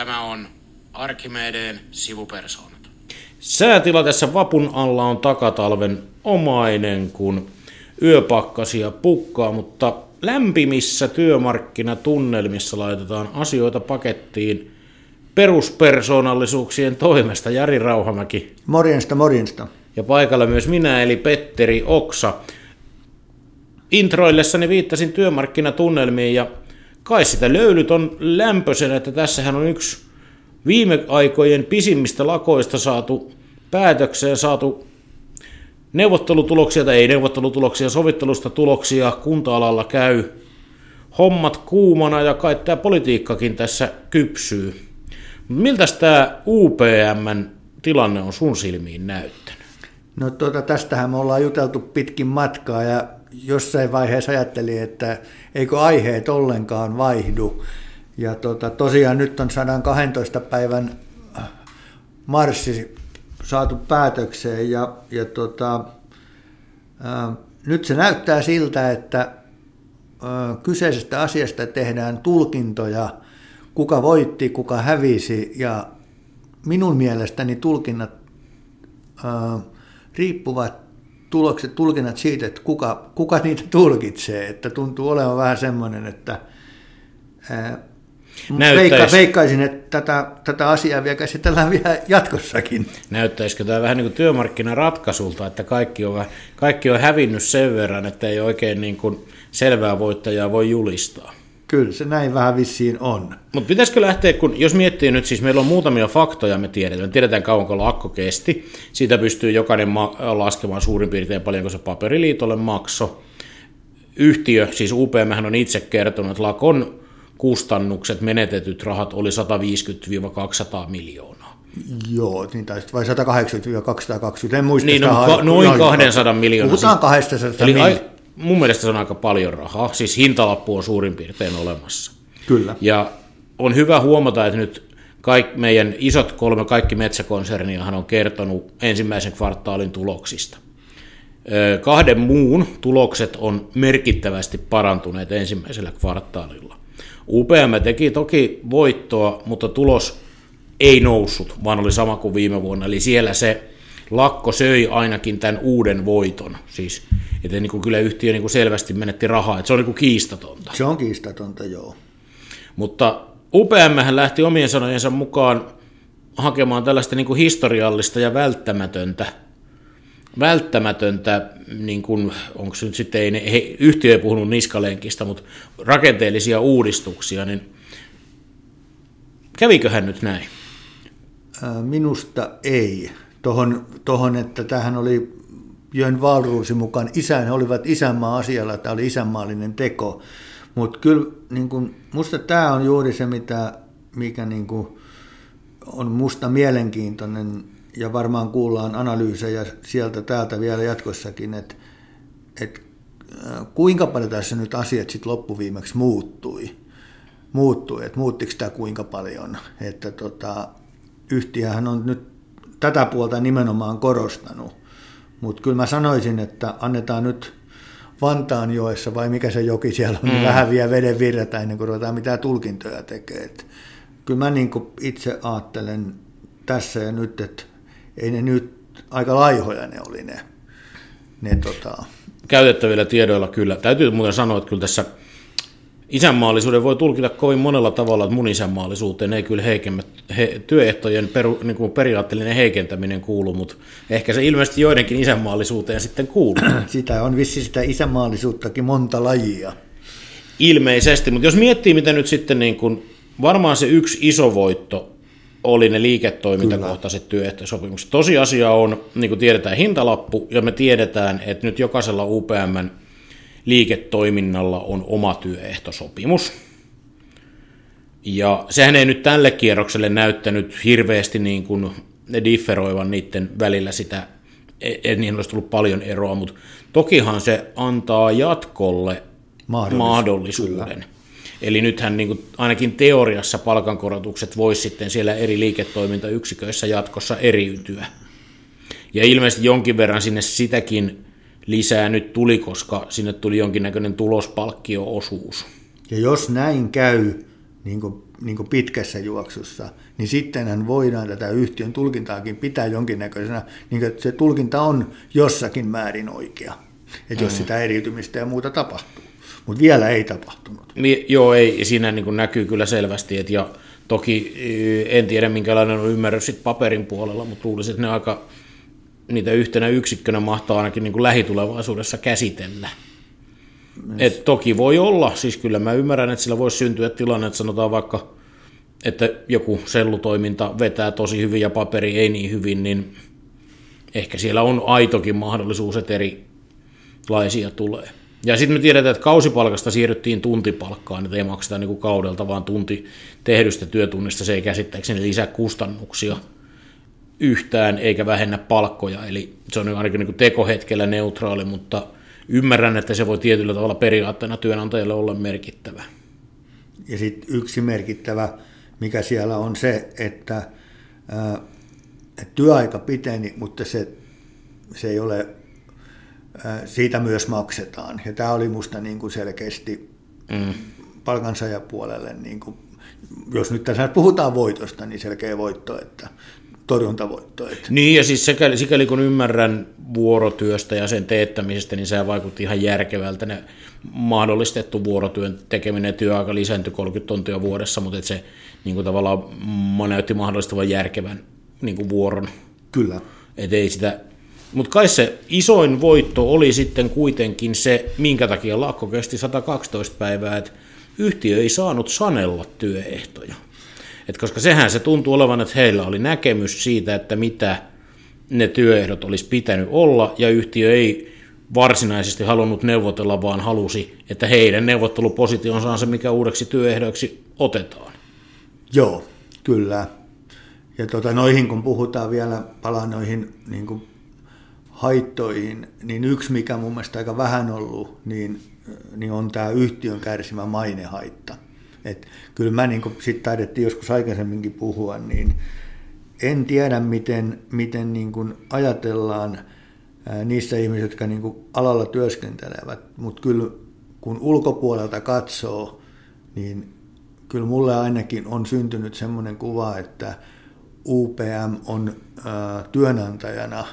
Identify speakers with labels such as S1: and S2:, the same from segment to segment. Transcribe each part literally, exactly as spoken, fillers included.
S1: Tämä on Arkimedeen sivupersoonat.
S2: Säätila tässä vapun alla on takatalven omainen, kun yöpakkasia pukkaa, mutta lämpimissä työmarkkinatunnelmissa laitetaan asioita pakettiin peruspersoonallisuuksien toimesta. Jari Rauhamäki.
S3: Morjensta, morjensta.
S2: Ja paikalla myös minä, eli Petteri Oksa. Introillessani viittasin työmarkkinatunnelmiin ja kai sitä löylyt on lämpöisenä, että tässähän on yksi viime aikojen pisimmistä lakoista saatu päätökseen, saatu neuvottelutuloksia, tai ei neuvottelutuloksia, sovittelusta tuloksia, kunta-alalla käy hommat kuumana ja kai tämä politiikkakin tässä kypsyy. Miltä tämä U P M:n tilanne on sun silmiin näyttänyt?
S3: No tuota, tästähän me ollaan juteltu pitkin matkaa ja jossain vaiheessa ajattelin, että eikö aiheet ollenkaan vaihdu. Ja tuota, tosiaan nyt on sata kaksitoista päivän marssi saatu päätökseen ja, ja tuota, ää, nyt se näyttää siltä, että ää, kyseisestä asiasta tehdään tulkintoja, kuka voitti, kuka hävisi ja minun mielestäni tulkinnat ää, riippuvat tulokset, tulkinnat siitä, että kuka, kuka niitä tulkitsee, että tuntuu olevan vähän semmoinen, että ää, veikka, veikkaisin, että tätä, tätä asiaa vielä käsitellään vielä jatkossakin.
S2: Näyttäisikö tämä vähän niin kuin työmarkkinaratkaisulta, että kaikki on, kaikki on hävinnyt sen verran, että ei oikein niin kuin selvää voittajaa voi julistaa?
S3: Kyllä se näin vähän vissiin on.
S2: Mutta pitäisikö lähteä, kun jos miettii nyt, siis meillä on muutamia faktoja, me tiedetään. Me tiedetään kauanko lakko kesti. Siitä pystyy jokainen ma- laskemaan suurin piirtein paljonko se paperiliitolle maksoi. Yhtiö, siis U P M on itse kertonut, että lakon kustannukset, menetetyt rahat oli sata viisikymmentä kaksisataa miljoonaa.
S3: Joo, niin taisi vai sata kahdeksankymmentä kaksisataakaksikymmentä, en muista
S2: niin,
S3: sitä.
S2: No, ka- noin kaksisataa miljoonaa.
S3: Puhutaan kaksisataa miljoonaa.
S2: Mun mielestä se on aika paljon rahaa, siis hintalappu on suurin piirtein olemassa.
S3: Kyllä.
S2: Ja on hyvä huomata, että nyt kaikki meidän isot kolme, kaikki metsäkonserniahan on kertonut ensimmäisen kvartaalin tuloksista. Kahden muun tulokset on merkittävästi parantuneet ensimmäisellä kvartaalilla. U P M teki toki voittoa, mutta tulos ei noussut, vaan oli sama kuin viime vuonna. Eli siellä se lakko söi ainakin tämän uuden voiton. Siis, että niin kuin kyllä yhtiö niin kuin selvästi menetti rahaa, että se on niin kuin kiistatonta.
S3: Se on kiistatonta, joo.
S2: Mutta U P M lähti omien sanojensa mukaan hakemaan tällaista niin kuin historiallista ja välttämätöntä, välttämätöntä niin kuin, onko se nyt sitten, ei, he, yhtiö ei puhunut niskalenkistä, mutta rakenteellisia uudistuksia, niin käviköhän nyt näin?
S3: Minusta ei. Tohon, tohon, että tämähän oli Jön Wahlroosin mukaan, isän, he olivat isänmaa asialla, tämä oli isänmaallinen teko, mutta kyllä niin kun, musta tämä on juuri se, mitä, mikä niin kun, on musta mielenkiintoinen, ja varmaan kuullaan analyysejä sieltä täältä vielä jatkossakin, että et, kuinka paljon tässä nyt asiat sitten loppuviimeksi muuttui, muuttui että muuttiko tämä kuinka paljon, että tota, yhtiöhän on nyt tätä puolta nimenomaan korostanut, mutta kyllä mä sanoisin, että annetaan nyt Vantaanjoessa, vai mikä se joki siellä on, mm. niin vähän vielä veden virrata ennen kuin ruvetaan mitään tulkintoja tekemään. Kyllä mä niin kuin itse ajattelen tässä ja nyt, että ei ne nyt, aika laihoja ne oli ne. ne tota...
S2: Käytettävillä tiedoilla kyllä. Täytyy muuten sanoa, että kyllä tässä isänmaallisuuden voi tulkita kovin monella tavalla, että mun isänmaallisuuteen ei kyllä heikemmät, he, työehtojen peru, niin kuin periaatteellinen heikentäminen kuulu, mutta ehkä se ilmeisesti joidenkin isänmaallisuuteen sitten kuuluu.
S3: Sitä on vissi sitä isänmaallisuuttakin monta lajia.
S2: Ilmeisesti, mutta jos miettii, mitä nyt sitten, niin kuin, varmaan se yksi iso voitto oli ne liiketoimintakohtaiset työehtosopimukset. Tosiasia on, niin kuin tiedetään, hintalappu, ja me tiedetään, että nyt jokaisella U P M:n liiketoiminnalla on oma työehtosopimus. Ja sehän ei nyt tälle kierrokselle näyttänyt hirveästi niin kuin differoivan niiden välillä sitä, että niihin olisi tullut paljon eroa, mutta tokihan se antaa jatkolle Mahdollisuus, mahdollisuuden. Kyllä. Eli nythän niin kuin ainakin teoriassa palkankorotukset voisi sitten siellä eri liiketoimintayksiköissä jatkossa eriytyä. Ja ilmeisesti jonkin verran sinne sitäkin lisää nyt tuli, koska sinne tuli jonkinnäköinen tulospalkkio-osuus.
S3: Ja jos näin käy, niin kuin, niin kuin pitkässä juoksussa, niin sittenhän voidaan tätä yhtiön tulkintaakin pitää jonkinnäköisenä, niin että se tulkinta on jossakin määrin oikea, että jos mm. sitä eriytymistä ja muuta tapahtuu. Mutta vielä ei tapahtunut.
S2: Niin, joo, ei. Siinä niin kuin näkyy kyllä selvästi. Et ja toki en tiedä, minkälainen on ymmärrys sit paperin puolella, mutta luulisin, että ne aika niitä yhtenä yksikkönä mahtaa ainakin niin kuin lähitulevaisuudessa käsitellä. Et toki voi olla, siis kyllä mä ymmärrän, että sillä voisi syntyä tilanne, että sanotaan vaikka, että joku sellutoiminta vetää tosi hyvin ja paperi ei niin hyvin, niin ehkä siellä on aitokin mahdollisuus, että erilaisia tulee. Ja sitten me tiedetään, että kausipalkasta siirryttiin tuntipalkkaan, että ei makseta niin kuin kaudelta, vaan tunti tehdystä työtunnista, se ei käsittääkseni lisää kustannuksia yhtään eikä vähennä palkkoja, eli se on ainakin niin kuin tekohetkellä neutraali, mutta ymmärrän, että se voi tietyllä tavalla periaatteena työnantajalle olla merkittävä.
S3: Ja sitten yksi merkittävä, mikä siellä on se, että, ää, että työaika piteni, mutta se, se ei ole, ää, siitä myös maksetaan. Ja tämä oli musta niin kuin selkeästi mm. palkansaajapuolelle, niin kuin, jos nyt tässä puhutaan voitosta, niin selkeä voitto, että torjuntavoitto. Että.
S2: Niin, ja siis sikäli, sikäli kun ymmärrän vuorotyöstä ja sen teettämisestä, niin se vaikutti ihan järkevältä. Ne mahdollistettu vuorotyön tekeminen ja työaika lisääntyi kolmekymmentä tuntia vuodessa, mutta et se niin kuin tavallaan näytti mahdollistavan järkevän niin kuin vuoron.
S3: Kyllä.
S2: Et ei sitä. Mutta kai se isoin voitto oli sitten kuitenkin se, minkä takia lakko kesti sata kaksitoista päivää, että yhtiö ei saanut sanella työehtoja. Et koska sehän se tuntuu olevan, että heillä oli näkemys siitä, että mitä ne työehdot olisi pitänyt olla, ja yhtiö ei varsinaisesti halunnut neuvotella, vaan halusi, että heidän neuvottelupositionsa on se, mikä uudeksi työehdoiksi otetaan.
S3: Joo, kyllä. Ja tuota, noihin kun puhutaan vielä, palaan noihin niin kuin haittoihin, niin yksi, mikä mun mielestä aika vähän ollut, niin, niin on tämä yhtiön kärsimä mainehaitta. Et kyllä mä, niin kuin sit taidettiin joskus aikaisemminkin puhua, niin en tiedä, miten, miten niin kuin ajatellaan ää, niissä ihmisissä, jotka niin kuin alalla työskentelevät, mutta kyllä kun ulkopuolelta katsoo, niin kyllä mulle ainakin on syntynyt semmoinen kuva, että U P M on ää, työnantajana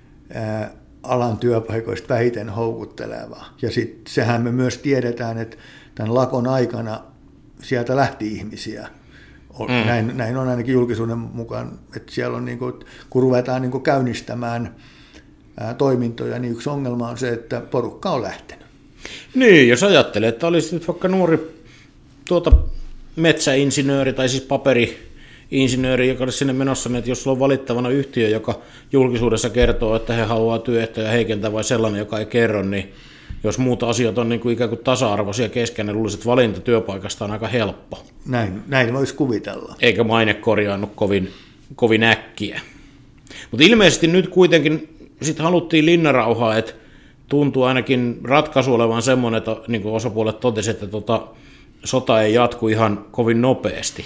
S3: ää, alan työpaikoista vähiten houkutteleva. Ja sitten sehän me myös tiedetään, että tämän lakon aikana sieltä lähti ihmisiä. Mm. Näin, näin on ainakin julkisuuden mukaan, että siellä on, niin kuin, kun ruvetaan niin kuin käynnistämään ää, toimintoja, niin yksi ongelma on se, että porukka on lähtenyt.
S2: Niin, jos ajattelee, että olisi nyt vaikka nuori tuota, metsäinsinööri tai siis paperi-insinööri, joka olisi sinne menossa, niin että jos sulla on valittavana yhtiö, joka julkisuudessa kertoo, että he haluaa työehtoja heikentää vai sellainen, joka ei kerro, niin jos muut asiat on niin kuin ikään kuin tasa-arvoisia kesken, niin luulisin, että valinta työpaikasta on aika helppo.
S3: Näin, näin voisi kuvitella.
S2: Eikä maine korjaannut kovin, kovin äkkiä. Mutta ilmeisesti nyt kuitenkin sit haluttiin linnarauhaa, että tuntuu ainakin ratkaisu olevan semmoinen, että niin kuin osapuolet totesivat, että tota, sota ei jatku ihan kovin nopeasti.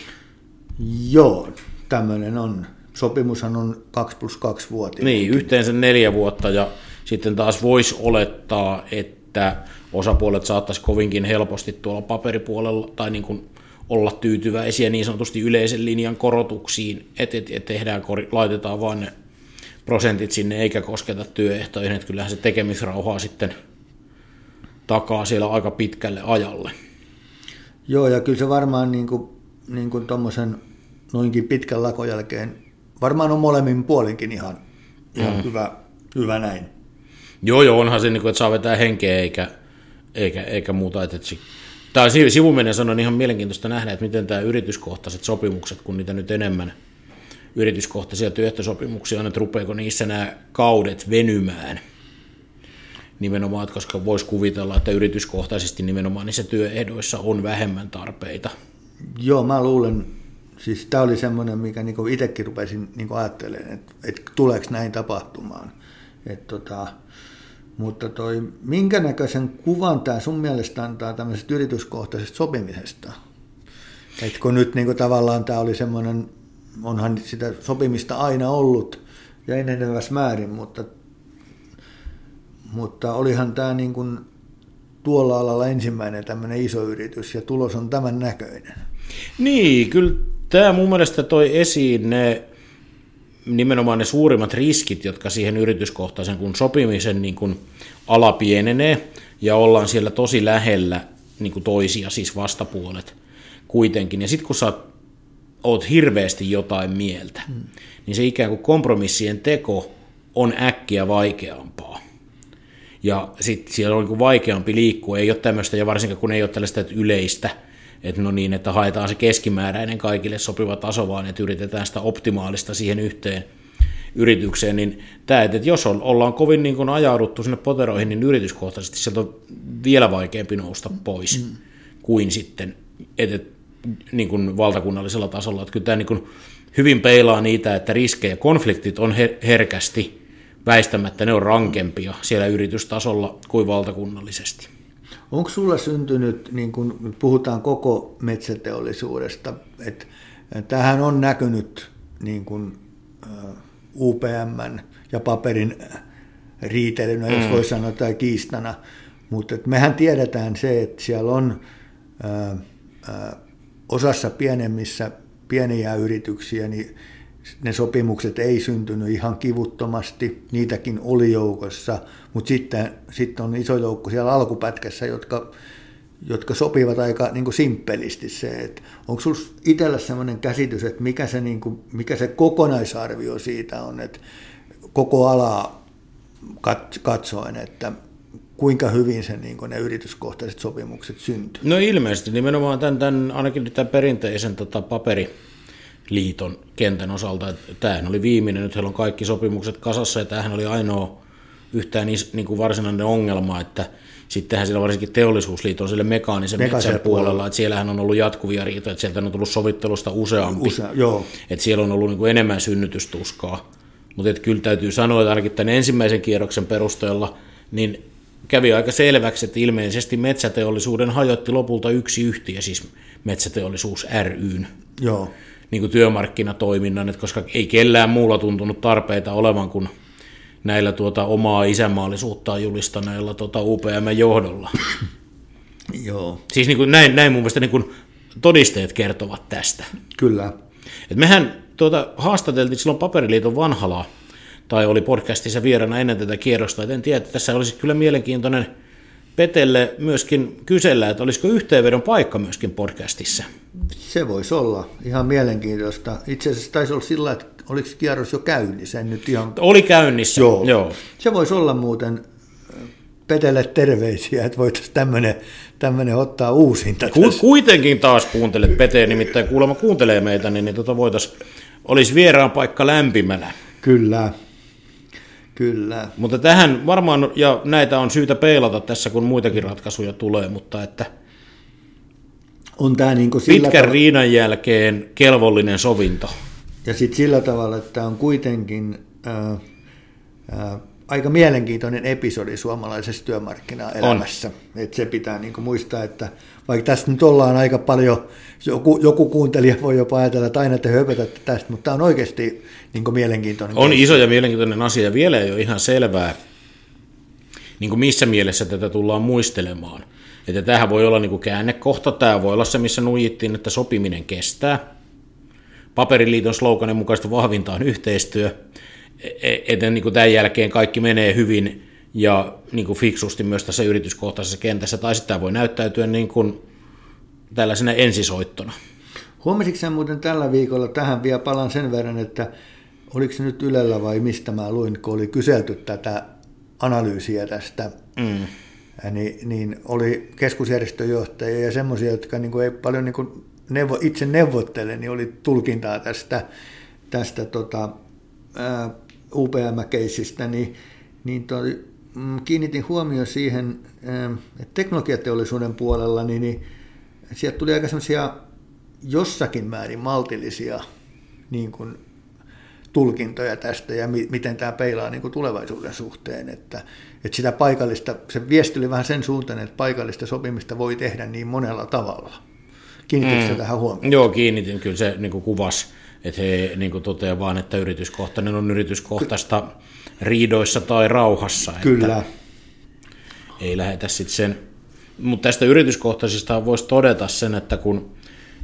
S3: Joo, tämmöinen on. Sopimushan on kaksi plus kaksi vuotta.
S2: Niin, yhteensä neljä vuotta ja sitten taas voisi olettaa, että osapuolet saattaisi kovinkin helposti tuolla paperipuolella tai niin kuin olla tyytyväisiä niin sanotusti yleisen linjan korotuksiin, että et, et tehdään, laitetaan vaan ne prosentit sinne eikä kosketa työehtoihin, että kyllähän se tekemisrauhaa sitten takaa siellä aika pitkälle ajalle.
S3: Joo, ja kyllä se varmaan niin kuin, niin kuin tuommoisen noinkin pitkän lakon jälkeen varmaan on molemmin puolinkin ihan, ihan mm. hyvä, hyvä näin.
S2: Joo, joo, onhan se, että saa vetää henkeä eikä, eikä, eikä muuta. Että tämä sivuminen on ihan mielenkiintoista nähdä, että miten tämä yrityskohtaiset sopimukset, kun niitä nyt enemmän yrityskohtaisia työehtosopimuksia on, että rupeako niissä nämä kaudet venymään. Nimenomaan, koska voisi kuvitella, että yrityskohtaisesti nimenomaan niissä työehdoissa on vähemmän tarpeita.
S3: Joo, mä luulen, siis tämä oli semmoinen, mikä niinku itsekin rupesin niinku ajattelemaan, että, että tuleeko näin tapahtumaan. Et tota, mutta toi, minkä näköisen kuvan tämä sun mielestä antaa tämmöisestä yrityskohtaisesta sopimisesta? Et kun nyt niinku tavallaan tämä oli semmoinen, onhan sitä sopimista aina ollut ja enenevässä määrin, mutta, mutta olihan tämä niinku tuolla alalla ensimmäinen tämmöinen iso yritys ja tulos on tämän näköinen.
S2: Niin, kyllä tämä mun mielestä toi esiin ne nimenomaan ne suurimmat riskit, jotka siihen yrityskohtaisen kun sopimisen niin kun ala pienenee ja ollaan siellä tosi lähellä niin kuin toisia, siis vastapuolet kuitenkin. Ja sitten kun sä oot hirveästi jotain mieltä, hmm. niin se ikään kuin kompromissien teko on äkkiä vaikeampaa. Ja sitten siellä on niin vaikeampi liikkua, ei ole tämmöistä, ja varsinkin kun ei ole tällaista yleistä, että no niin, että haetaan se keskimääräinen kaikille sopiva taso, vaan että yritetään sitä optimaalista siihen yhteen yritykseen, niin tämä, että jos on, ollaan kovin niin kuin ajauduttu sinne poteroihin, niin yrityskohtaisesti sieltä on vielä vaikeampi nousta pois mm. kuin sitten että, niin kuin valtakunnallisella tasolla. Että kyllä tämä niin kuin hyvin peilaa niitä, että riskejä ja konfliktit on her- herkästi, väistämättä ne on rankempia siellä yritystasolla kuin valtakunnallisesti.
S3: Onko sulla syntynyt, niin kun puhutaan koko metsäteollisuudesta, että tämähän on näkynyt niin kun, U P M:n ja paperin riitelynä, jos voi sanoa, tai kiistana, mutta mehän tiedetään se, että siellä on ää, ää, osassa pienemmissä pieniä yrityksiä, niin ne sopimukset ei syntynyt ihan kivuttomasti, niitäkin oli joukossa, mutta sitten, sitten on iso joukko siellä alkupätkässä, jotka, jotka sopivat aika niin kuin simppelisti se, että onko sinulla itsellä sellainen käsitys, että mikä se, niin kuin, mikä se kokonaisarvio siitä on, että koko alaa katsoen, että kuinka hyvin se, niin kuin ne yrityskohtaiset sopimukset syntyy? No
S2: ilmeisesti nimenomaan tämän, tämän ainakin tämän perinteisen tota, paperiliiton kentän osalta, että tämähän oli viimeinen, nyt heillä on kaikki sopimukset kasassa ja tämähän oli ainoa yhtään niin kuin varsinainen ongelma, että sittenhän siellä varsinkin teollisuusliiton sille mekaanisen metsän puolella, että siellähän on ollut jatkuvia riitoja, että sieltä on tullut sovittelusta useampi, Use, joo. että siellä on ollut niin kuin enemmän synnytystuskaa. Mutta kyllä täytyy sanoa, että ainakin tämän ensimmäisen kierroksen perusteella, niin kävi aika selväksi, että ilmeisesti metsäteollisuuden hajotti lopulta yksi yhtiö, siis Metsäteollisuus ry:n
S3: Joo.
S2: Niin kuin työmarkkinatoiminnan, että koska ei kellään muulla tuntunut tarpeita olevan kuin näillä tuota omaa isänmaallisuuttaan julistaneilla tuota U P M:n johdolla.
S3: Joo.
S2: Siis niin kuin näin, näin mun mielestä niin kuin todisteet kertovat tästä.
S3: Kyllä.
S2: Et mehän tuota, haastateltiin silloin Paperiliiton Vanhalaa, tai oli podcastissa vieraana ennen tätä kierrosta, et en tiedä, että tässä olisi kyllä mielenkiintoinen Petelle myöskin kysellä, että olisiko yhteenvedon paikka myöskin podcastissa.
S3: Se voisi olla ihan mielenkiintoista. Itse asiassa taisi olla sillä, että oliko kierros jo käynnissä? En nyt ihan...
S2: Oli käynnissä, joo. joo.
S3: Se voisi olla muuten Petelle terveisiä, että voitaisiin tämmöinen, tämmöinen ottaa uusinta.
S2: Ku, kuitenkin taas kuuntelet Pete, nimittäin kuulemma kuuntelee meitä, niin, niin tota voitaisiin, olisi vieraan paikka lämpimänä.
S3: Kyllä. Kyllä.
S2: Mutta tähän varmaan, ja näitä on syytä peilata tässä, kun muitakin ratkaisuja tulee, mutta että
S3: on tämä niin kuin sillä
S2: pitkän
S3: tav-
S2: riidan jälkeen kelvollinen sovinto.
S3: Ja sitten sillä tavalla, että tämä on kuitenkin ää, ää, aika mielenkiintoinen episodi suomalaisessa työmarkkinaelämässä. Että se pitää niin kuin muistaa, että vaikka tässä nyt ollaan aika paljon, joku, joku kuuntelija voi jopa ajatella, että aina te höpötätte tästä, mutta tämä on oikeasti niin kuin mielenkiintoinen.
S2: On iso ja mielenkiintoinen asia, ja vielä ei ole ihan selvää, niin kuin missä mielessä tätä tullaan muistelemaan. Että tämähän voi olla niin kuin käännekohta, tämä voi olla se, missä nuijittiin, että sopiminen kestää. Paperiliiton sloganin mukaisesti vahvinta on yhteistyö, että niin kuin tämän jälkeen kaikki menee hyvin ja niin kuin fiksusti myös tässä yrityskohtaisessa kentässä, tai sitten tämä voi näyttäytyä niin kuin tällaisena ensisoittona.
S3: Huomasitko sä muuten tällä viikolla, tähän vielä palaan sen verran, että oliko se nyt Ylellä vai mistä mä luin, kun oli kyselty tätä analyysiä tästä, mm. niin, niin oli keskusjärjestöjohtajia ja semmoisia, jotka niin kuin ei paljon niin kuin neuvo, itse neuvottele, niin oli tulkintaa tästä, tästä tota, ää, U P M-keissistä, niin, niin toi, mm, kiinnitin huomioon siihen, ää, että teknologiateollisuuden puolella, niin, niin sieltä tuli aika semmoisia jossakin määrin maltillisia niin kuin, tulkintoja tästä ja mi- miten tämä peilaa niin kuin tulevaisuuden suhteen, että, että sitä paikallista, se viesti oli vähän sen suuntaan, että paikallista sopimista voi tehdä niin monella tavalla. Kiinnititkö mm. tähän huomioon?
S2: Joo, kiinnitin. Kyllä se niin kuin kuvasi, että he niin kuin toteaa vaan, että yrityskohtainen on yrityskohtaista Ky- riidoissa tai rauhassa.
S3: Kyllä.
S2: Että ei lähetä sitten sen. Mutta tästä yrityskohtaisista voisi todeta sen, että kun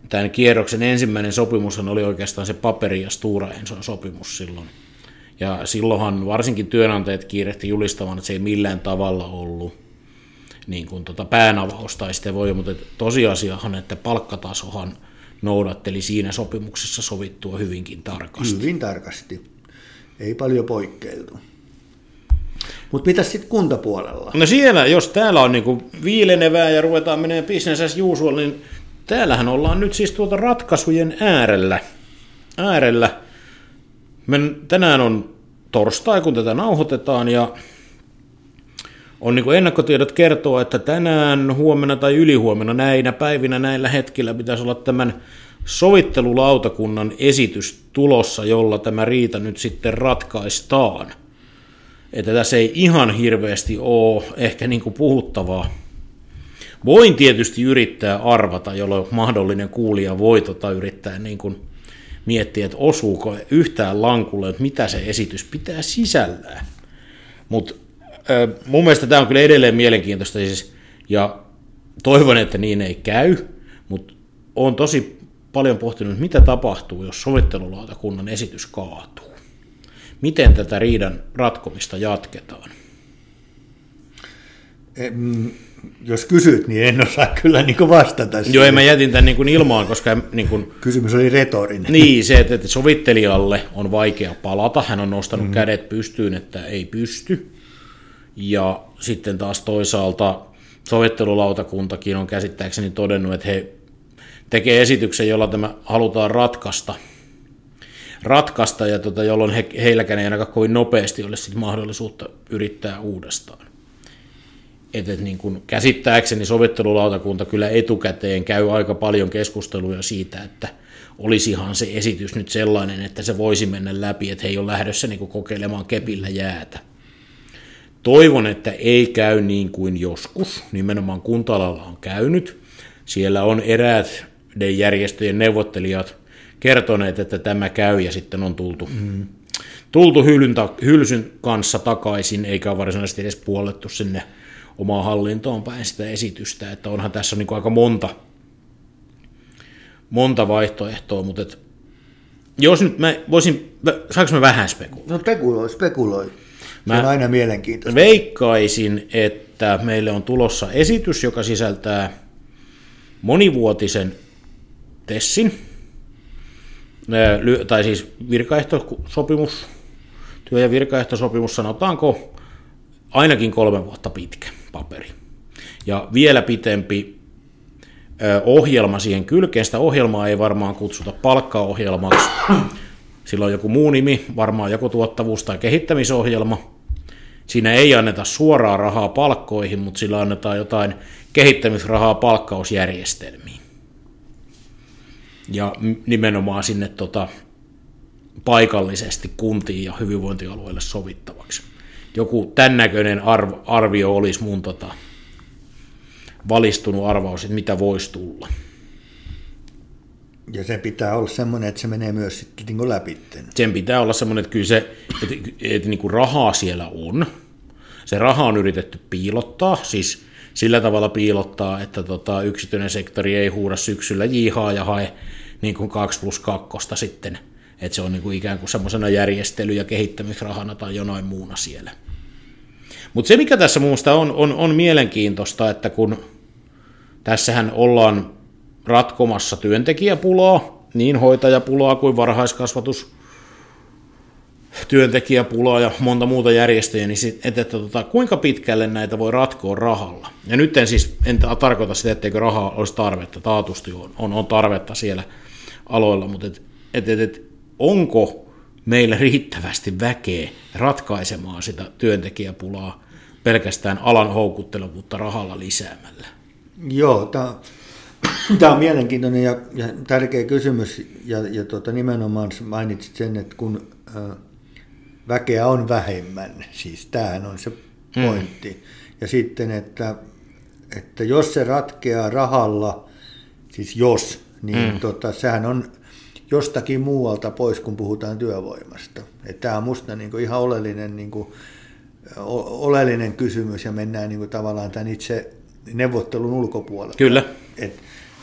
S2: tämän kierroksen ensimmäinen sopimushan oli oikeastaan se Paperi ja Stora Enson sopimus silloin. Ja silloinhan varsinkin työnantajat kiirehti julistamaan, että se ei millään tavalla ollut niin kuin tota päänavaus tai sitten voi, mutta tosiasiahan, että palkkatasohan noudatteli siinä sopimuksessa sovittua hyvinkin tarkasti.
S3: Hyvin tarkasti. Ei paljon poikkeiltu. Mutta mitäs sitten kuntapuolella?
S2: No siellä, jos täällä on niinku viilenevää ja ruvetaan menemään business as usual, niin täällähän ollaan nyt siis tuota ratkaisujen äärellä. äärellä. Me, tänään on torstai, kun tätä nauhoitetaan, ja on niinku ennakkotiedot kertoo, että tänään, huomenna tai ylihuomenna näinä päivinä, näillä hetkillä pitäisi olla tämän sovittelulautakunnan esitys tulossa, jolla tämä riita nyt sitten ratkaistaan. Että tässä ei ihan hirveästi ole ehkä niin kuin puhuttavaa. Voin tietysti yrittää arvata, jolloin mahdollinen kuulija voi tota yrittää niin kuin miettiä, että osuuko yhtään lankulle, että mitä se esitys pitää sisällään. Mutta mun mielestä tämä on kyllä edelleen mielenkiintoista, siis, ja toivon, että niin ei käy, mutta olen tosi paljon pohtinut, että mitä tapahtuu, jos sovittelulautakunnan esitys kaatuu. Miten tätä riidan ratkomista jatketaan?
S3: Jos kysyt, niin en osaa kyllä niin kuin vastata.
S2: Joo, en mä jätin tämän niin kuin ilmaan, koska... Niin kuin,
S3: kysymys oli retorinen.
S2: Niin, se, että sovittelijalle on vaikea palata. Hän on nostanut mm-hmm. kädet pystyyn, että ei pysty. Ja sitten taas toisaalta sovittelulautakuntakin on käsittääkseni todennut, että he tekee esityksen, jolla tämä halutaan ratkaista. ratkaista ja tota, jolloin he, heilläkään ei ainakaan kovin nopeasti ole sit mahdollisuutta yrittää uudestaan. Et, et, niin kun käsittääkseni sovittelulautakunta kyllä etukäteen käy aika paljon keskusteluja siitä, että olisihan se esitys nyt sellainen, että se voisi mennä läpi, että he ei ole lähdössä niin kun kokeilemaan kepillä jäätä. Toivon, että ei käy niin kuin joskus, nimenomaan kunta-alalla on käynyt. Siellä on eräät järjestöjen neuvottelijat kertoneet, että tämä käy, ja sitten on tultu, mm. tultu hylyn, hylsyn kanssa takaisin, eikä ole varsinaisesti edes puollettu sinne omaan hallintoon päin sitä esitystä, että onhan tässä niin kuin aika monta, monta vaihtoehtoa, mutta et, jos nyt mä voisin, saanko mä vähän spekuloida?
S3: No spekuloi, spekuloi. Se mä on aina mielenkiintoista.
S2: Veikkaisin, että meille on tulossa esitys, joka sisältää monivuotisen tessin, tai siis virkaehtosopimus, työ- ja virkaehtosopimus, sanotaanko ainakin kolme vuotta pitkä paperi. Ja vielä pitempi ohjelma siihen kylkeen. Sitä ohjelmaa ei varmaan kutsuta palkkaohjelmaksi. Sillä on joku muu nimi, varmaan joku tuottavuus- tai kehittämisohjelma. Siinä ei anneta suoraa rahaa palkkoihin, mutta sillä annetaan jotain kehittämisrahaa palkkausjärjestelmiin. Ja nimenomaan sinne tota, paikallisesti kuntiin ja hyvinvointialueille sovittavaksi. Joku tämän näköinen arv- arvio olisi mun tota, valistunut arvaus, että mitä voisi tulla.
S3: Ja se pitää olla semmoinen, että se menee myös sitten niin kuin läpi.
S2: Sen pitää olla semmoinen, että kyllä se, että, että niin kuin rahaa siellä on. Se raha on yritetty piilottaa, siis sillä tavalla piilottaa, että tota, yksityinen sektori ei huuda syksyllä jihaa ja hae niin kuin kaksi plus kakkosta sitten, että se on niin kuin ikään kuin semmoisena järjestely- ja kehittämisrahana tai jonain muuna siellä. Mutta se, mikä tässä minusta on, on, on mielenkiintoista, että kun tässähän ollaan ratkomassa työntekijäpulaa, niin hoitajapulaa kuin varhaiskasvatus, työntekijäpulaa ja monta muuta järjestöjä, niin sit, että, että, että kuinka pitkälle näitä voi ratkoa rahalla. Ja nyt en siis en tarkoita sitä, etteikö rahaa olisi tarvetta, taatusti on, on, on tarvetta siellä aloilla, mutta et, et, et, et, onko meillä riittävästi väkeä ratkaisemaan sitä työntekijäpulaa pelkästään alan houkuttelevuutta rahalla lisäämällä?
S3: Joo, tämä on mielenkiintoinen ja, ja tärkeä kysymys, ja, ja tuota, nimenomaan mainitsit sen, että kun äh, väkeä on vähemmän, siis tämähän on se pointti, mm. ja sitten, että, että jos se ratkeaa rahalla, siis jos, niin mm. tota, sehän on jostakin muualta pois, kun puhutaan työvoimasta. Että tämä on minusta niin kuin ihan oleellinen, niin kuin, oleellinen kysymys, ja mennään niin kuin tavallaan tämän itse neuvottelun ulkopuolelle.
S2: Kyllä.
S3: Et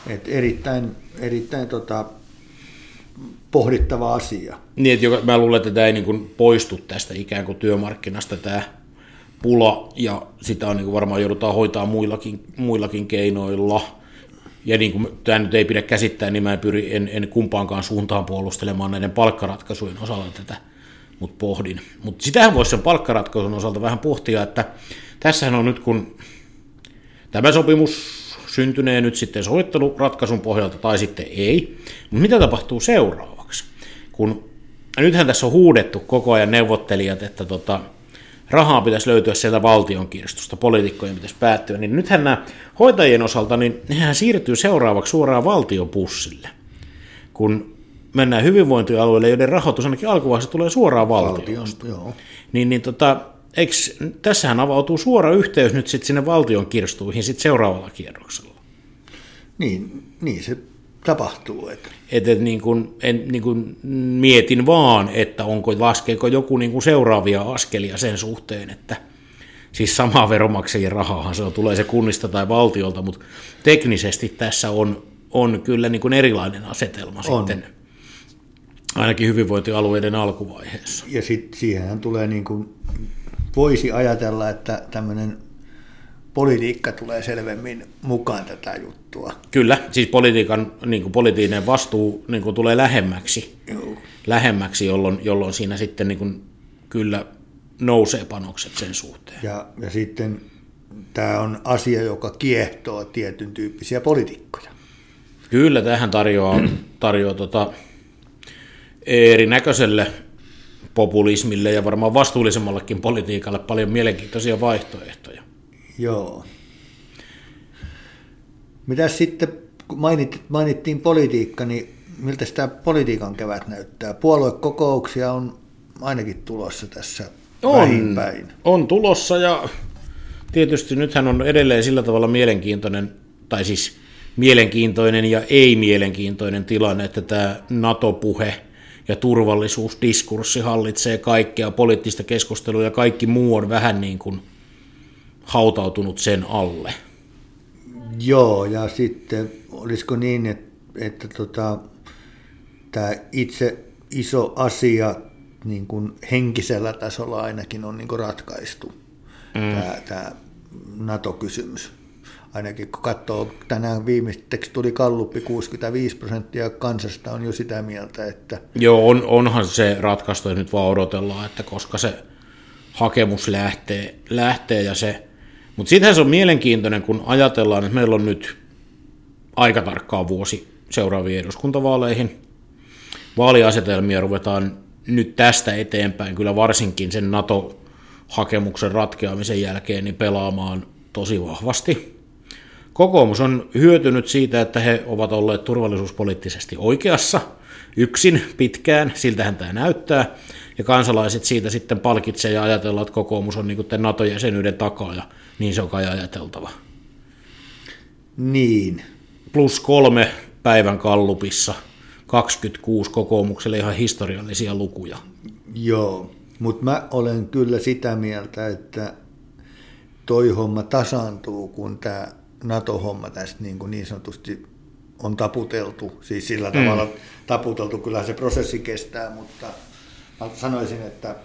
S3: Et erittäin erittäin tota, pohdittava asia.
S2: Niin, että joka, mä luulen, että tämä ei niin kuin poistu tästä ikään kuin työmarkkinasta tämä pula, ja sitä on niin kuin varmaan joudutaan hoitaa muillakin, muillakin keinoilla. Ja niin kuin tämä nyt ei pidä käsittää, niin mä en pyri en, en kumpaankaan suuntaan puolustelemaan näiden palkkaratkaisujen osalta tätä, mutta pohdin. Mutta sitähän voisi sen palkkaratkaisun osalta vähän pohtia, että tässähän on nyt, kun tämä sopimus syntynee nyt sitten sovitteluratkaisun pohjalta tai sitten ei, mutta mitä tapahtuu seuraavaksi? Kun nythän tässä on huudettu koko ajan neuvottelijat, että tota, rahaa pitäisi löytyä sieltä valtionkirstusta, poliitikkojen pitäisi päättyä, niin nythän nämä hoitajien osalta, niin nehän siirtyy seuraavaksi suoraan valtion pussille, kun mennään hyvinvointialueille, joiden rahoitus ainakin alkuvaiheessa tulee suoraan valtiosta. Valtion, niin, niin tota, eikö, tässähän avautuu suora yhteys nyt sitten sinne valtion kirstuihin sitten seuraavalla kierroksella.
S3: Niin, niin se tapahtuu. Että.
S2: Et, et, niin kun, en, niin kun mietin vaan, että onko, laskeeko joku niin kun seuraavia askelia sen suhteen, että siis sama veronmaksajien rahahan se on, tulee se kunnista tai valtiolta, mutta teknisesti tässä on, on kyllä niin kun erilainen asetelma on. Sitten ainakin hyvinvointialueiden alkuvaiheessa.
S3: Ja sitten siihenhän tulee niin kuin, voisi ajatella, että tämmöinen politiikka tulee selvemmin mukaan tätä juttua.
S2: Kyllä, siis politiikan, niin kuin poliittinen vastuu niin kuin tulee lähemmäksi, Joo. lähemmäksi jolloin, jolloin siinä sitten niin kuin, kyllä nousee panokset sen suhteen.
S3: Ja, ja sitten tämä on asia, joka kiehtoo tietyn tyyppisiä poliitikkoja.
S2: Kyllä, tähän tarjoaa, tarjoaa tota, erinäköiselle populismille ja varmaan vastuullisemmallekin politiikalle paljon mielenkiintoisia vaihtoehtoja.
S3: Joo. Mitäs sitten, kun mainit, mainittiin politiikka, niin miltä tämä politiikan kevät näyttää? Puoluekokouksia on ainakin tulossa tässä
S2: on, päin. On tulossa, ja tietysti nythän on edelleen sillä tavalla mielenkiintoinen, tai siis mielenkiintoinen ja ei-mielenkiintoinen tilanne, että tämä NATO-puhe ja turvallisuusdiskurssi hallitsee kaikkea poliittista keskustelua, ja kaikki muu on vähän niin kuin hautautunut sen alle.
S3: Joo, ja sitten olisiko niin, että, että tota, tämä itse iso asia niin kuin henkisellä tasolla ainakin on niin kuin ratkaistu, mm. tämä, tämä NATO-kysymys. Ainakin kun katsoo, tänään viimeiseksi tuli Galluppi, kuusikymmentäviisi prosenttia kansasta on jo sitä mieltä, että...
S2: Joo, on, onhan se ratkaistu, ja nyt vaan odotellaan, että koska se hakemus lähtee, lähtee ja se... Mutta sittenhän se on mielenkiintoinen, kun ajatellaan, että meillä on nyt aika tarkkaan vuosi seuraaviin eduskuntavaaleihin. Vaaliasetelmia ruvetaan nyt tästä eteenpäin, kyllä varsinkin sen NATO-hakemuksen ratkeamisen jälkeen, niin pelaamaan tosi vahvasti. Kokoomus on hyötynyt siitä, että he ovat olleet turvallisuuspoliittisesti oikeassa yksin pitkään, siltähän tämä näyttää, ja kansalaiset siitä sitten palkitsee ja ajatellaan, että kokoomus on niin kuin NATO-jäsenyyden takaaja, niin se on kai ajateltava.
S3: Niin.
S2: Plus kolme päivän Gallupissa, kaksikymmentäkuusi kokoomukselle ihan historiallisia lukuja.
S3: Joo, mutta mä olen kyllä sitä mieltä, että toi homma tasaantuu, kun tämä NATO-homma tästä niin, kuin niin sanotusti on taputeltu, siis sillä mm. tavalla taputeltu, kyllä se prosessi kestää, mutta mä sanoisin, että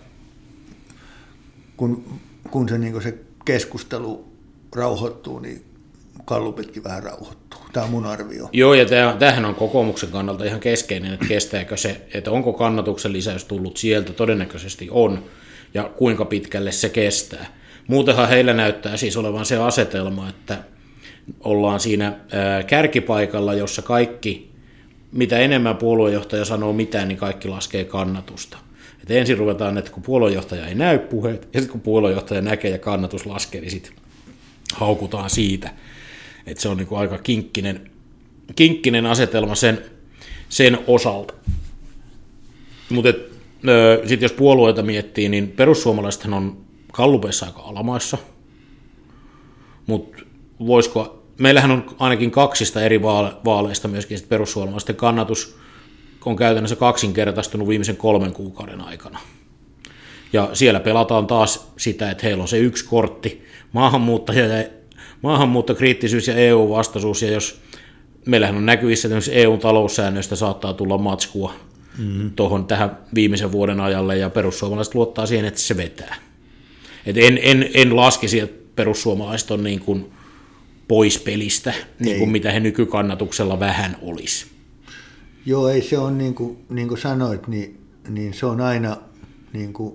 S3: kun, kun se, niin kuin se keskustelu rauhoittuu, niin Gallupitkin vähän rauhoittuu. Tämä on mun arvio.
S2: Joo, ja tämähän on kokoomuksen kannalta ihan keskeinen, että kestääkö se, että onko kannatuksen lisäys tullut sieltä, todennäköisesti on, ja kuinka pitkälle se kestää. Muutenhan heillä näyttää siis olevan se asetelma, että ollaan siinä kärkipaikalla, jossa kaikki, mitä enemmän puoluejohtaja sanoo mitään, niin kaikki laskee kannatusta. Et ensin ruvetaan, että kun puoluejohtaja ei näy puheet, ja sitten kun puoluejohtaja näkee ja kannatus laskee, niin sitten haukutaan siitä. Et se on niinku aika kinkkinen, kinkkinen asetelma sen, sen osalta. Mutta sitten jos puolueita miettii, niin perussuomalaisethan on gallupeissa aika alamaissa, mutta voisiko, meillähän on ainakin kaksista eri vaaleista myöskin perussuomalaisten kannatus on käytännössä kaksinkertaistunut viimeisen kolmen kuukauden aikana. Ja siellä pelataan taas sitä, että heillä on se yksi kortti, maahanmuuttaja ja maahanmuuttokriittisyys ja E U-vastaisuus, ja jos meillähän on näkyvissä, että E U-taloussäännöistä saattaa tulla matskua mm-hmm. tuohon tähän viimeisen vuoden ajalle, ja perussuomalaiset luottaa siihen, että se vetää. Et en, en, en laskisi, että perussuomalaiset on niin kuin pois pelistä, niin kuin mitä he nykykannatuksella vähän olisi.
S3: Joo, ei se on niin kuin, niin kuin sanoit, niin, niin se on aina, niin kuin,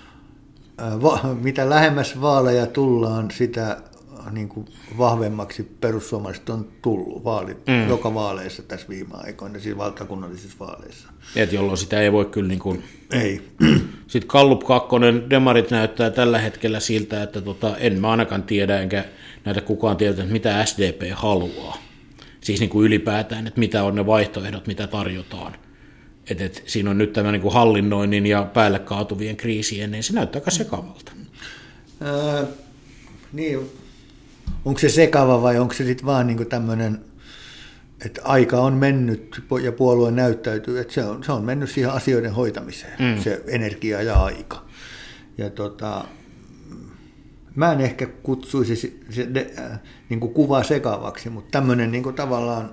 S3: ää, va, mitä lähemmäs vaaleja tullaan, sitä niin kuin vahvemmaksi perussuomalaiset on tullut vaalit, mm. joka vaaleissa tässä viime aikoina, siis valtakunnallisissa vaaleissa.
S2: Et jolloin sitä ei voi kyllä niin kuin...
S3: Ei.
S2: Sitten Gallup kakkonen, demarit näyttää tällä hetkellä siltä, että tota, en mä ainakaan tiedä, enkä näitä kukaan tiedä, että mitä S D P haluaa. Siis niin kuin ylipäätään, että mitä on ne vaihtoehdot, mitä tarjotaan. Et, et, siinä on nyt tämä niin kuin hallinnoinnin ja päälle kaatuvien kriisien, niin se näyttää aika sekavalta.
S3: Äh, niin, onko se sekava vai onko se sitten vaan niin kuin tämmöinen, että aika on mennyt ja puolue näyttäytyy, että se on, se on mennyt siihen asioiden hoitamiseen, mm. se energia ja aika. Ja tota, mä en ehkä kutsuisi se, se äh, niin kuin kuvaa sekavaksi, mutta tämmöinen niin kuin tavallaan,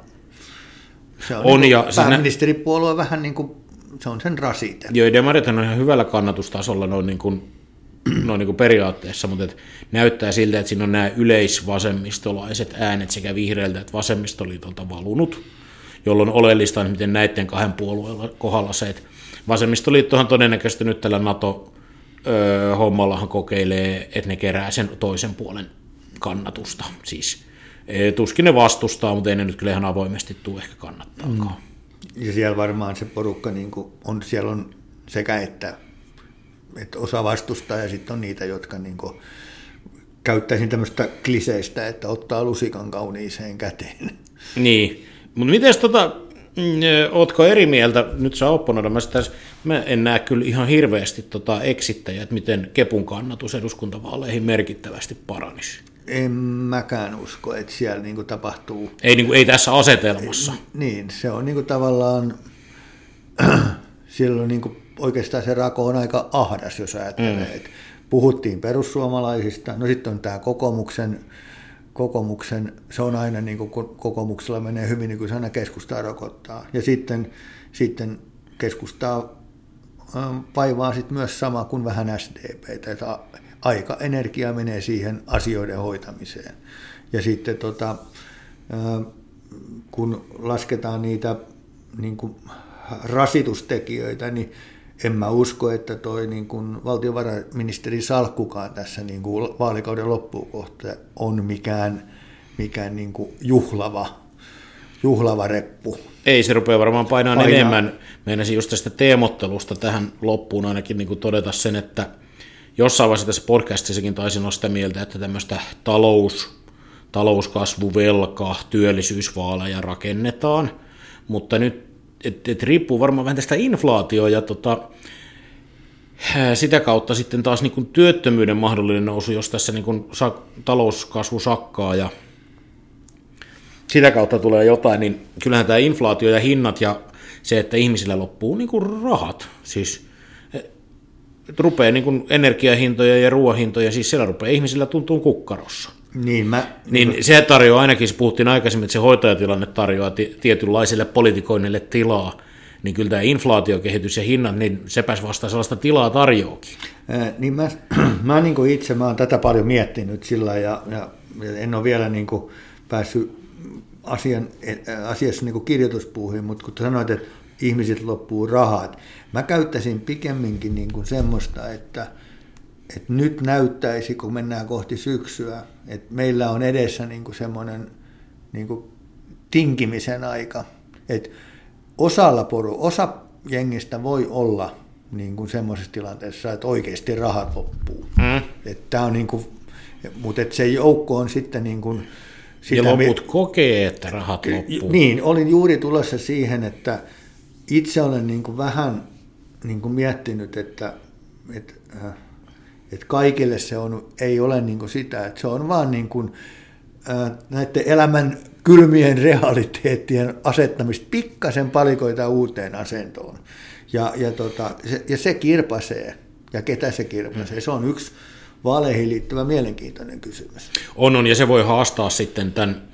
S3: se on, on niin ja pääministeripuolue vähän niin kuin, se on sen rasite.
S2: Joo, demarit on ihan hyvällä kannatustasolla noin niin kuin, noin niin kuin periaatteessa, mutta et näyttää siltä, että siinä on nämä yleisvasemmistolaiset äänet sekä vihreiltä että vasemmistoliitolta valunut, jolloin oleellista on, miten näiden kahden puolueella kohdalla se, että vasemmistoliittohan todennäköisesti nyt tällä NATO-hommallahan kokeilee, että ne kerää sen toisen puolen kannatusta. Siis tuskin ne vastustaa, mutta ei ne nyt kyllä ihan avoimesti tule ehkä kannattaakaan.
S3: Mm. Ja siellä varmaan se porukka niin kuin on, siellä on sekä että että osa vastustaa ja sitten on niitä, jotka niin kuin, käyttäisin tämmöistä kliseistä, että ottaa lusikan kauniiseen käteen.
S2: Niin, mutta miten tota, ootko eri mieltä, nyt saa opponoida, mä, sitä, mä en näe kyllä ihan hirveästi tota eksittäjä, että miten Kepun kannatus eduskuntavaaleihin merkittävästi paranisi.
S3: En mäkään usko, että siellä niin kuin tapahtuu.
S2: Ei, niin kuin, ei tässä asetelmassa.
S3: Niin, se on niin kuin tavallaan, siellä on niin kuin oikeastaan se rako on aika ahdas, jos ajattelee, mm. että puhuttiin perussuomalaisista, no sitten on tämä kokoomuksen, kokoomuksen, se on aina niin kuin kokoomuksella menee hyvin, niin kuin se aina keskustaa rokottaa. Ja sitten, sitten keskustaa vaivaa sitten myös sama kuin vähän S D P:tä, että aika, energia menee siihen asioiden hoitamiseen. Ja sitten tota, kun lasketaan niitä niin kuin rasitustekijöitä, niin en mä usko, että toi niin kuin valtiovarainministerin salkkukaan tässä niin kuin vaalikauden loppuun kohta on mikään, mikään niin kuin juhlava, juhlava reppu.
S2: Ei, se rupeaa varmaan painaa Painaa. enemmän. Meinasin just tästä teemottelusta tähän loppuun ainakin niin kuin todeta sen, että jossain vaiheessa tässä podcastissakin taisin olla sitä mieltä, että tämmöistä talous, talouskasvu, velka, työllisyysvaaleja rakennetaan, mutta nyt Et, et riippuu varmaan vähän tästä inflaatioa ja tota, sitä kautta sitten taas niin kuin työttömyyden mahdollinen nousu, jos tässä niin kuin sa- talouskasvu sakkaa ja sitä kautta tulee jotain, niin kyllähän tämä inflaatio ja hinnat ja se, että ihmisillä loppuu niin kuin rahat, siis että rupeaa niin kuin energiahintoja ja ruoahintoja, siis siellä rupeaa ihmisillä tuntuu kukkarossa.
S3: Niin, mä...
S2: niin se tarjoaa ainakin, se puhuttiin aikaisemmin, että se hoitajatilanne tarjoaa tietynlaisille politikoinnille tilaa, niin kyllä tämä inflaatiokehitys ja hinnat, niin sepäs vasta sellaista tilaa tarjoakin.
S3: Ää, niin mä, mä niin kuin itse, mä oon tätä paljon miettinyt sillä ja, ja en ole vielä niin kuin päässyt asian, asiassa niin kuin kirjoituspuuhin, mutta kun sanoit, että ihmiset loppuu rahat, mä käyttäisin pikemminkin niin kuin semmoista, että että nyt näyttäisi, kun mennään kohti syksyä, että meillä on edessä niin kuin semmoinen niin kuin tinkimisen aika. Että osalla poru, osa jengistä voi olla niin kuin semmoisessa tilanteessa, että oikeasti rahat loppuu. Mm. Että on niin kuin, mutta että se joukko on sitten niin kuin...
S2: Ja loput mi- kokee, että rahat loppuu.
S3: Niin, olin juuri tulossa siihen, että itse olen niin kuin vähän niin kuin miettinyt, että... että Että kaikille se on, ei ole niin kuin sitä, että se on vaan niin kuin, ää, näiden elämän kylmien realiteettien asettamista pikkasen palikoita uuteen asentoon. Ja, ja, tota, se, ja se kirpasee, ja ketä se kirpasee, se on yksi vaaleihin liittyvä mielenkiintoinen kysymys.
S2: On, on, ja se voi haastaa sitten tämän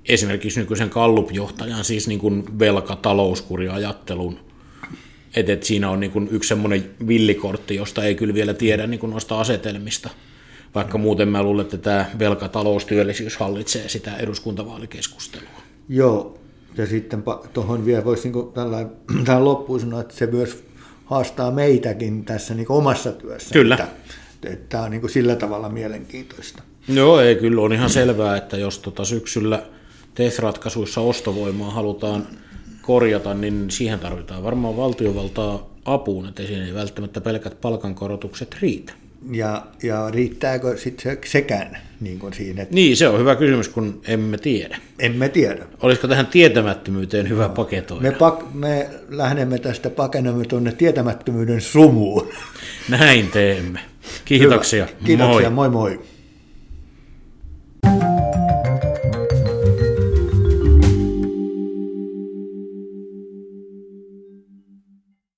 S2: esimerkiksi nykyisen Gallup-johtajan siis niin kuin velkatalouskuriajattelun, että et siinä on niin kuin yksi semmoinen villikortti, josta ei kyllä vielä tiedä niin kuin noista asetelmista, vaikka muuten mä luulen, että tämä velkataloustyöllisyys hallitsee sitä eduskuntavaalikeskustelua.
S3: Joo, ja sitten tuohon vielä voisi niin tähän loppuun sanoa, että se myös haastaa meitäkin tässä niin omassa työssä.
S2: Kyllä.
S3: Että, että tämä on niin sillä tavalla mielenkiintoista.
S2: Joo, ei kyllä on ihan selvää, että jos tota syksyllä T E F-ratkaisuissa ostovoimaa halutaan korjata, niin siihen tarvitaan varmaan valtiovaltaa apuun, että siinä ei välttämättä pelkät palkankorotukset riitä.
S3: Ja, ja riittääkö sitten se, sekään niin kuin siinä? Että
S2: Niin, se on hyvä kysymys, kun emme tiedä.
S3: Emme tiedä.
S2: Olisiko tähän tietämättömyyteen hyvä no. paketoida?
S3: Me, pak, me lähdemme tästä, pakennamme tuonne tietämättömyyden sumuun.
S2: Näin teemme. Kiitoksia.
S3: Hyvä. Kiitoksia,
S2: moi
S3: moi moi.